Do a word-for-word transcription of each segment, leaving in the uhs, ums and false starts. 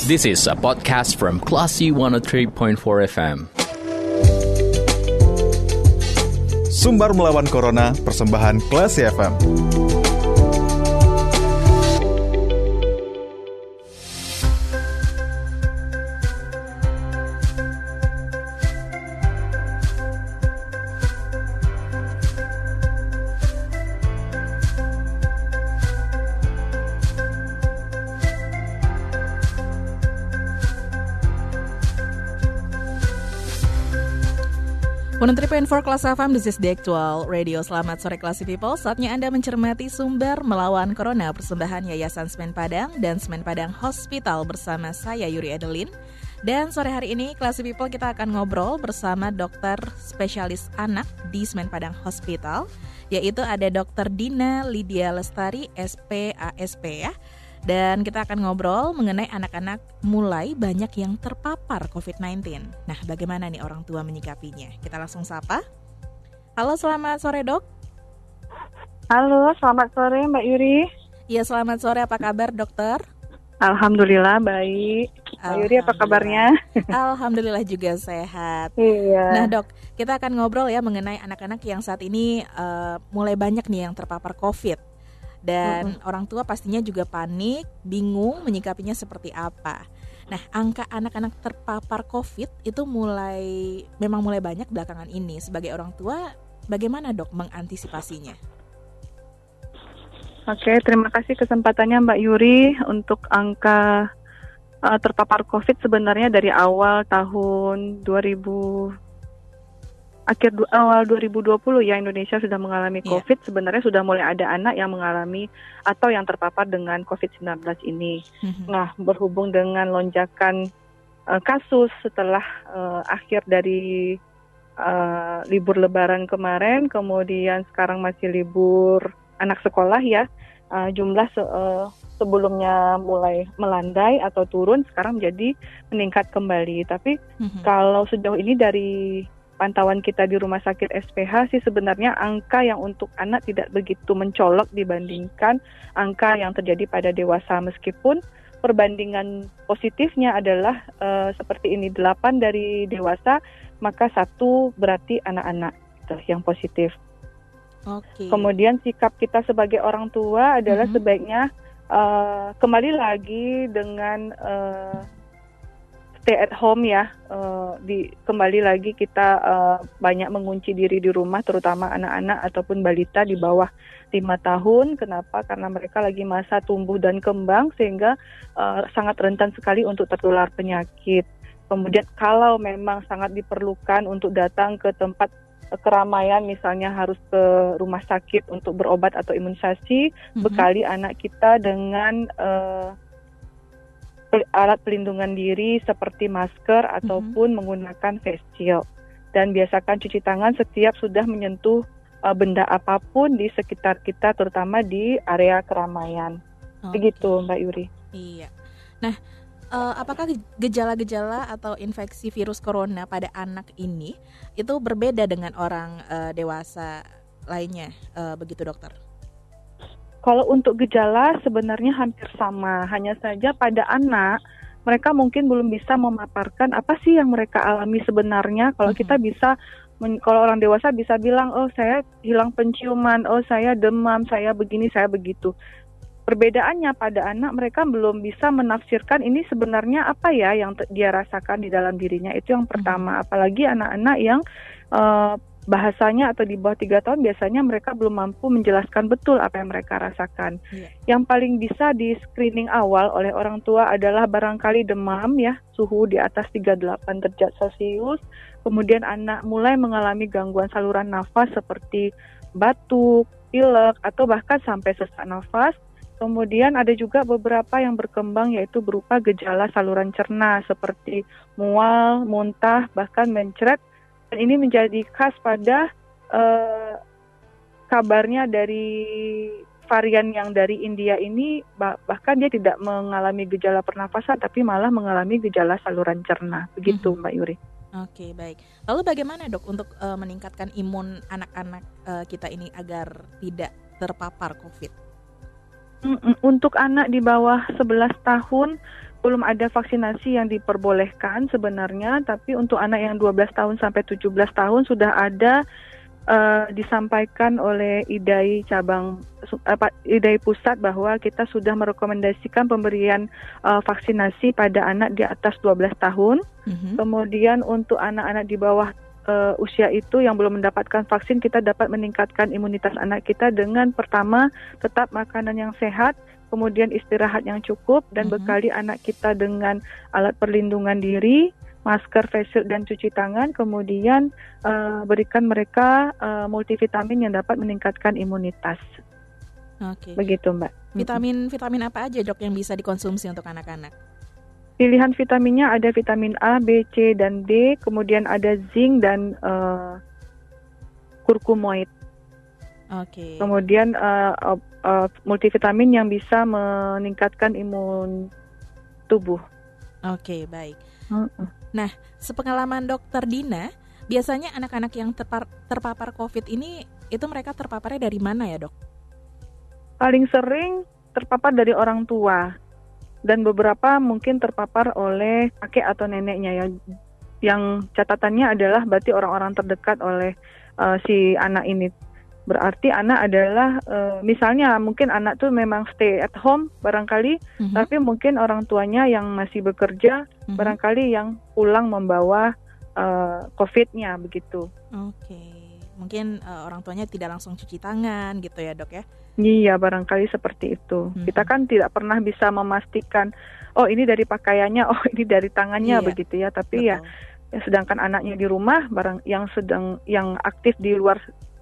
This is a podcast from Classy one oh three point four F M. Sumbar melawan Corona, persembahan Classy F M. one oh three point four Classy F M, this is the actual radio. Selamat sore Classy People. Saatnya Anda mencermati Sumber Melawan Corona, persembahan Yayasan Semen Padang dan Semen Padang Hospital bersama saya Yuri Adeline. Dan sore hari ini Classy People kita akan ngobrol bersama dokter spesialis anak di Semen Padang Hospital, yaitu ada dokter Dina Lydia Lestari S P A S P ya. Dan kita akan ngobrol mengenai anak-anak mulai banyak yang terpapar covid sembilan belas. Nah, bagaimana nih orang tua menyikapinya? Kita langsung sapa. Halo, selamat sore dok. Halo, selamat sore Mbak Yuri. Iya, selamat sore. Apa kabar dokter? Alhamdulillah baik. Mbak Yuri apa kabarnya? Alhamdulillah juga sehat. Iya. Nah dok, kita akan ngobrol ya mengenai anak-anak yang saat ini uh, mulai banyak nih yang terpapar COVID. Dan mm-hmm. orang tua pastinya juga panik, bingung menyikapinya seperti apa. Nah, angka anak-anak terpapar COVID itu mulai memang mulai banyak belakangan ini. Sebagai orang tua, bagaimana dok mengantisipasinya? Oke, terima kasih kesempatannya Mbak Yuri. Untuk angka uh, terpapar COVID sebenarnya dari awal tahun dua ribu akhir du- awal dua ribu dua puluh ya, Indonesia sudah mengalami COVID. Yeah. Sebenarnya sudah mulai ada anak yang mengalami atau yang terpapar dengan covid sembilan belas ini. Mm-hmm. Nah, berhubung dengan lonjakan uh, kasus setelah uh, akhir dari uh, libur Lebaran kemarin, kemudian sekarang masih libur anak sekolah ya, uh, jumlah se- uh, sebelumnya mulai melandai atau turun, sekarang jadi meningkat kembali. Tapi mm-hmm. kalau sejauh ini dari pantauan kita di rumah sakit S P H sih sebenarnya angka yang untuk anak tidak begitu mencolok dibandingkan angka yang terjadi pada dewasa, meskipun perbandingan positifnya adalah uh, seperti ini, delapan dari dewasa maka satu berarti anak-anak gitu, yang positif. Okay. Kemudian sikap kita sebagai orang tua adalah mm-hmm. sebaiknya uh, kembali lagi dengan uh, stay at home ya, uh, di kembali lagi kita uh, banyak mengunci diri di rumah, terutama anak-anak ataupun balita di bawah lima tahun. Kenapa? Karena mereka lagi masa tumbuh dan kembang sehingga uh, sangat rentan sekali untuk tertular penyakit. Kemudian kalau memang sangat diperlukan untuk datang ke tempat uh, keramaian, misalnya harus ke rumah sakit untuk berobat atau imunisasi, mm-hmm. bekali anak kita dengan uh, alat pelindungan diri seperti masker ataupun mm-hmm. menggunakan face shield, dan biasakan cuci tangan setiap sudah menyentuh uh, benda apapun di sekitar kita, terutama di area keramaian. Okay. Begitu Mbak Yuri. Iya. Nah, uh, apakah gejala-gejala atau infeksi virus corona pada anak ini itu berbeda dengan orang uh, dewasa lainnya, uh, begitu dokter? Kalau untuk gejala sebenarnya hampir sama, hanya saja pada anak mereka mungkin belum bisa memaparkan apa sih yang mereka alami sebenarnya. Kalau mm-hmm. kita bisa, kalau orang dewasa bisa bilang, oh saya hilang penciuman, oh saya demam, saya begini, saya begitu. Perbedaannya pada anak, mereka belum bisa menafsirkan ini sebenarnya apa ya yang t- dia rasakan di dalam dirinya. Itu yang pertama, mm-hmm. apalagi anak-anak yang uh, bahasanya atau di bawah tiga tahun biasanya mereka belum mampu menjelaskan betul apa yang mereka rasakan. Yeah. Yang paling bisa di screening awal oleh orang tua adalah barangkali demam ya, suhu di atas tiga puluh delapan derajat Celcius. Kemudian anak mulai mengalami gangguan saluran nafas seperti batuk, pilek, atau bahkan sampai sesak nafas. Kemudian ada juga beberapa yang berkembang yaitu berupa gejala saluran cerna seperti mual, muntah, bahkan mencret. Dan ini menjadi khas pada uh, kabarnya dari varian yang dari India ini, bah- bahkan dia tidak mengalami gejala pernafasan tapi malah mengalami gejala saluran cerna. Begitu mm-hmm. Mbak Yuri. Oke, okay, baik. Lalu bagaimana dok untuk uh, meningkatkan imun anak-anak uh, kita ini agar tidak terpapar COVID? Untuk anak di bawah sebelas tahun belum ada vaksinasi yang diperbolehkan sebenarnya, tapi untuk anak yang dua belas tahun sampai tujuh belas tahun sudah ada uh, disampaikan oleh I D A I cabang uh, I D A I pusat bahwa kita sudah merekomendasikan pemberian uh, vaksinasi pada anak di atas dua belas tahun. Mm-hmm. Kemudian untuk anak-anak di bawah Uh, usia itu yang belum mendapatkan vaksin, kita dapat meningkatkan imunitas anak kita dengan pertama tetap makanan yang sehat, kemudian istirahat yang cukup, dan mm-hmm. bekali anak kita dengan alat perlindungan diri, masker, face shield, dan cuci tangan. Kemudian uh, berikan mereka uh, multivitamin yang dapat meningkatkan imunitas. Oke. Begitu, Mbak. Vitamin vitamin apa aja, Dok, yang bisa dikonsumsi untuk anak-anak? Pilihan vitaminnya ada vitamin A, B, C, dan D, kemudian ada zinc dan uh, kurkumoid. Oke. Okay. Kemudian uh, uh, multivitamin yang bisa meningkatkan imun tubuh. Oke, okay, baik. Uh-uh. Nah, sepengalaman Dokter Dina, biasanya anak-anak yang terpar- terpapar COVID ini, itu mereka terpaparnya dari mana ya, Dok? Paling sering terpapar dari orang tua. Dan beberapa mungkin terpapar oleh kakek atau neneknya ya. Yang catatannya adalah berarti orang-orang terdekat oleh uh, si anak ini. Berarti anak adalah uh, misalnya mungkin anak tuh memang stay at home barangkali, mm-hmm. tapi mungkin orang tuanya yang masih bekerja, mm-hmm. barangkali yang pulang membawa uh, COVID-nya begitu. Oke. Okay. Mungkin uh, orang tuanya tidak langsung cuci tangan gitu ya, Dok ya? Iya, barangkali seperti itu. Hmm. Kita kan tidak pernah bisa memastikan, oh ini dari pakaiannya, oh ini dari tangannya, iya, begitu ya. Tapi ya, ya, sedangkan anaknya di rumah, barang yang sedang yang aktif di luar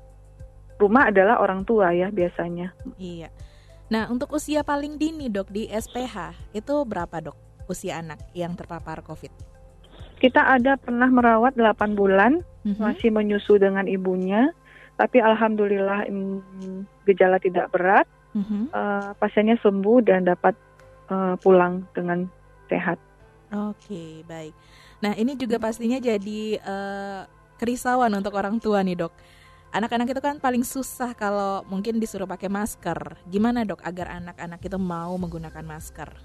rumah adalah orang tua ya biasanya. Iya. Nah, untuk usia paling dini, Dok, di S P H itu berapa, Dok, usia anak yang terpapar COVID? Kita ada pernah merawat delapan bulan, mm-hmm. masih menyusu dengan ibunya, tapi alhamdulillah mm, gejala tidak berat, mm-hmm. uh, pasiennya sembuh dan dapat uh, pulang dengan sehat. Oke, baik. Nah, ini juga pastinya jadi uh, kerisauan untuk orang tua nih, Dok. Anak-anak itu kan paling susah kalau mungkin disuruh pakai masker. Gimana, Dok, agar anak-anak itu mau menggunakan masker?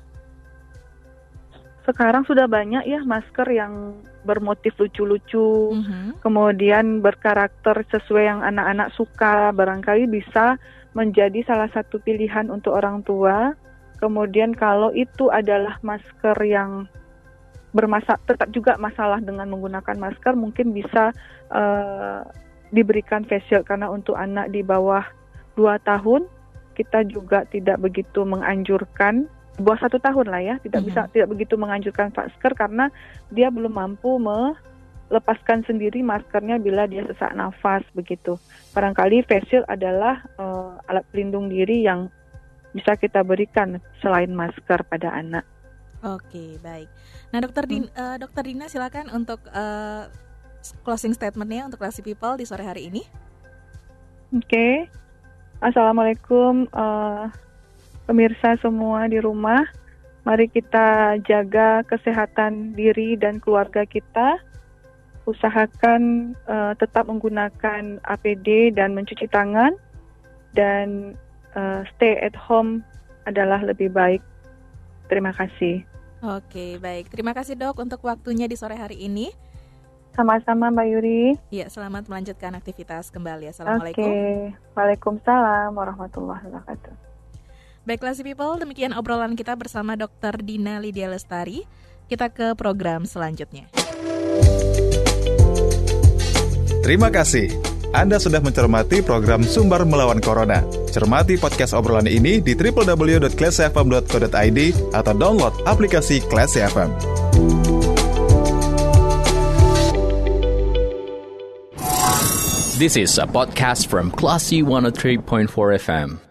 Sekarang sudah banyak ya masker yang bermotif lucu-lucu, mm-hmm. kemudian berkarakter sesuai yang anak-anak suka, barangkali bisa menjadi salah satu pilihan untuk orang tua. Kemudian kalau itu adalah masker yang bermasalah, tetap juga masalah dengan menggunakan masker, mungkin bisa uh, diberikan face shield, karena untuk anak di bawah dua tahun kita juga tidak begitu menganjurkan. Bawah satu tahun lah ya, tidak mm-hmm. bisa tidak begitu menganjurkan masker karena dia belum mampu melepaskan sendiri maskernya bila dia sesak nafas begitu. Barangkali face shield adalah uh, alat pelindung diri yang bisa kita berikan selain masker pada anak. Oke, baik. Nah, Dokter Din, hmm. uh, Dokter Dina silakan untuk uh, closing statement-nya untuk Classy People di sore hari ini. Oke, okay. Assalamualaikum. Uh, Pemirsa semua di rumah, mari kita jaga kesehatan diri dan keluarga kita. Usahakan uh, tetap menggunakan A P D dan mencuci tangan, dan uh, stay at home adalah lebih baik. Terima kasih. Oke, baik. Terima kasih, Dok, untuk waktunya di sore hari ini. Sama-sama, Mbak Yuri. Iya, selamat melanjutkan aktivitas kembali. Assalamualaikum. Oke, Waalaikumsalam warahmatullahi wabarakatuh. Baik, Classy People, demikian obrolan kita bersama Dokter Dina Lydia Lestari. Kita ke program selanjutnya. Terima kasih. Anda sudah mencermati program Sumber Melawan Corona. Cermati podcast obrolan ini di w w w dot classy f m dot co dot i d atau download aplikasi Classy F M. This is a podcast from Classy one oh three point four F M.